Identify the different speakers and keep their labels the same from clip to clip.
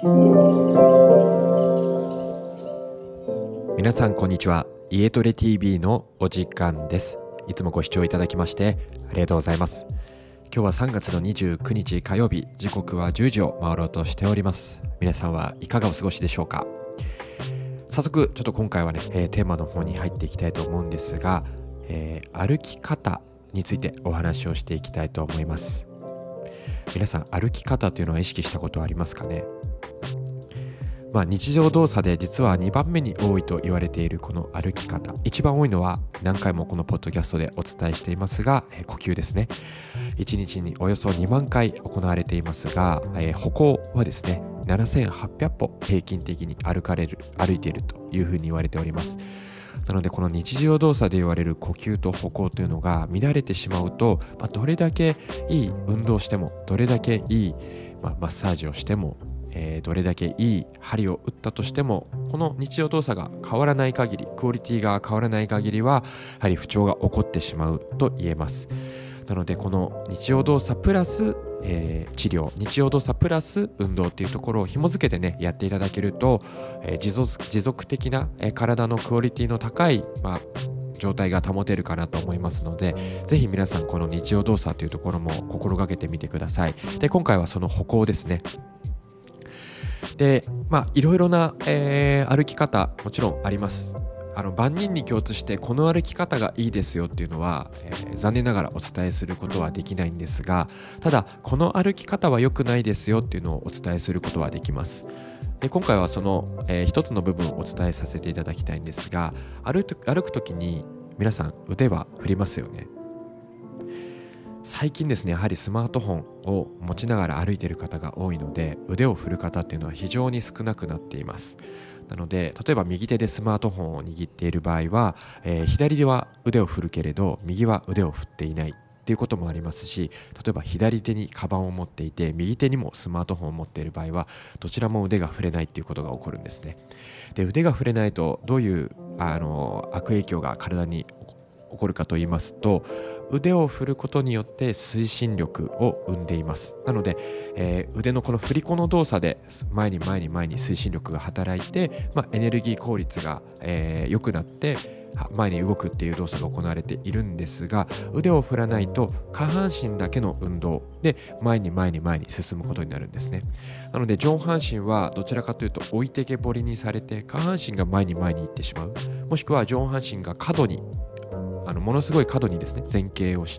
Speaker 1: 皆さんこんにちは。家トレ TV のお時間です。いつもご視聴いただきましてありがとうございます。今日は3月の29日火曜日、時刻は10時を回ろうとしております。皆さんはいかがお過ごしでしょうか。早速ちょっと今回はね、テーマの方に入っていきたいと思うんですが、歩き方についてお話をしていきたいと思います。皆さん歩き方というのは意識したことはありますかね。日常動作で実は2番目に多いと言われているこの歩き方、一番多いのは何回もこのポッドキャストでお伝えしていますが、呼吸ですね。1日におよそ2万回行われていますが、歩行はですね7800歩平均的に歩いているというふうに言われております。なのでこの日常動作で言われる呼吸と歩行というのが乱れてしまうと、どれだけいい運動をしても、どれだけいい、マッサージをしても、どれだけいい針を打ったとしても、この日常動作が変わらない限り、クオリティが変わらない限りはやはり不調が起こってしまうと言えます。なのでこの日常動作プラス、治療、日常動作プラス運動っていうところを紐付けてねやっていただけると、持続的な、体のクオリティの高い、状態が保てるかなと思いますので、ぜひ皆さんこの日常動作というところも心がけてみてください。で、今回はその歩行ですね。で、いろいろな、歩き方もちろんあります。万人に共通してこの歩き方がいいですよっていうのは、残念ながらお伝えすることはできないんですが、ただこの歩き方は良くないですよっていうのをお伝えすることはできます。で、今回はその、一つの部分をお伝えさせていただきたいんですが、歩くときに皆さん腕は振りますよね。最近ですね、やはりスマートフォンを持ちながら歩いている方が多いので、腕を振る方っていうのは非常に少なくなっています。なので例えば右手でスマートフォンを握っている場合は、左手は腕を振るけれど右は腕を振っていないっていうこともありますし、例えば左手にカバンを持っていて右手にもスマートフォンを持っている場合はどちらも腕が振れないっていうことが起こるんですね。で、腕が振れないとどういう悪影響が体に起こるかと言いますと、腕を振ることによって推進力を生んでいます。なので、腕のこの振り子の動作で前に推進力が働いて、エネルギー効率が、良くなって前に動くっていう動作が行われているんですが、腕を振らないと下半身だけの運動で前に進むことになるんですね。なので上半身はどちらかというと置いてけぼりにされて、下半身が前に行ってしまう、もしくは上半身が角にものすごい角にですね前傾をして、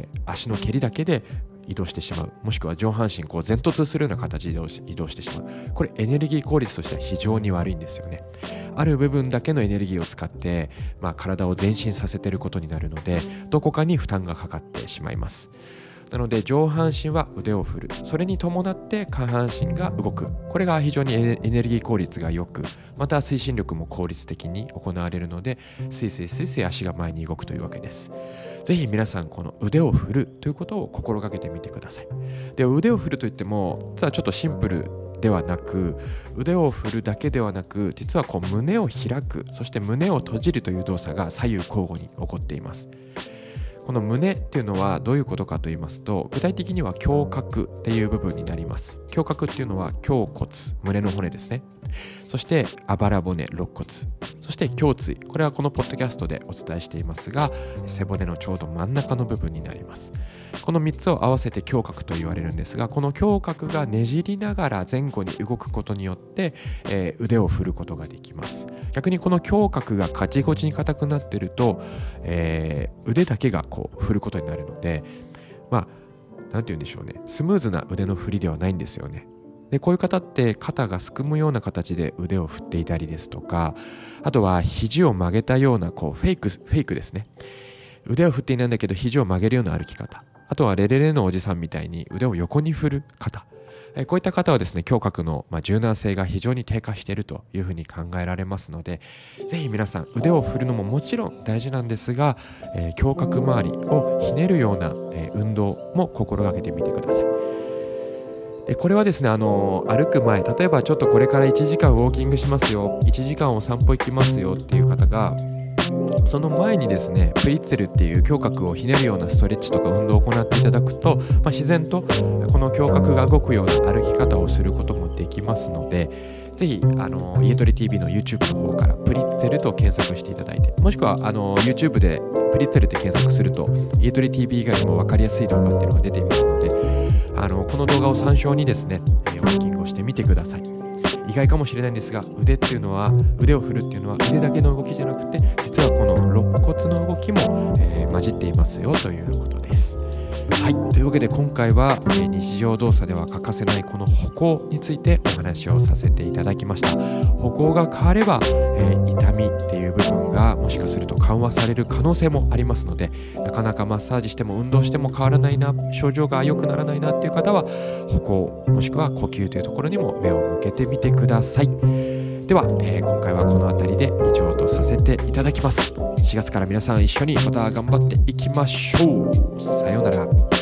Speaker 1: 足の蹴りだけで移動してしまう、もしくは上半身前突するような形で移動してしまう。これエネルギー効率としては非常に悪いんですよね。ある部分だけのエネルギーを使って、体を前進させていることになるので、どこかに負担がかかってしまいます。なので上半身は腕を振る、それに伴って下半身が動く。これが非常にエネルギー効率が良く、また推進力も効率的に行われるので、スイスイ足が前に動くというわけです。ぜひ皆さんこの腕を振るということを心がけてみてください。で、腕を振るといっても実はちょっとシンプルではなく、腕を振るだけではなく、実は胸を開く、そして胸を閉じるという動作が左右交互に起こっています。この胸っていうのはどういうことかと言いますと、具体的には胸郭っていう部分になります。胸郭っていうのは胸骨、胸の骨ですね。そしてあばら骨、肋骨、そして胸椎、これはこのポッドキャストでお伝えしていますが、背骨のちょうど真ん中の部分になります。この3つを合わせて胸郭と言われるんですが、この胸郭がねじりながら前後に動くことによって、腕を振ることができます。逆にこの胸郭がカチコチに硬くなっていると、腕だけが振ることになるので、なんて言うんでしょうね、スムーズな腕の振りではないんですよね。で、こういう方って肩がすくむような形で腕を振っていたりですとか、あとは肘を曲げたようなフェイクですね。腕を振っていないんだけど肘を曲げるような歩き方、あとはレレレのおじさんみたいに腕を横に振る方、こういった方はですね、胸郭の柔軟性が非常に低下しているというふうに考えられますので、ぜひ皆さん腕を振るのももちろん大事なんですが、胸郭周りをひねるような、運動も心がけてみてください。で、これはですね、歩く前、例えばちょっとこれから1時間ウォーキングしますよ、1時間お散歩行きますよっていう方がその前にですね、プリッツェルっていう胸郭をひねるようなストレッチとか運動を行っていただくと、自然とこの胸郭が動くような歩き方をすることもできますので、ぜひ家トレ TV の YouTube の方からプリッツェルと検索していただいて、もしくはYouTube でプリッツェルって検索すると家トレ TV 以外にも分かりやすい動画っていうのが出ていますので、この動画を参照にですね、ウォーキングをしてみてください。意外かもしれないんですが、腕を振るっていうのは腕だけの動きじゃなくて、実はこの肋骨の動きも、混じっていますよということです。はい、というわけで今回は、日常動作では欠かせないこの歩行についてお話をさせていただきました。歩行が変われば、痛みっていう部分がもしかすると緩和される可能性もありますので、なかなかマッサージしても運動しても変わらないな、症状が良くならないなっていう方は、歩行もしくは呼吸というところにも目を向けてみてください。では、今回はこの辺りで以上とさせていただきます。4月から皆さん一緒にまた頑張っていきましょう。さようなら。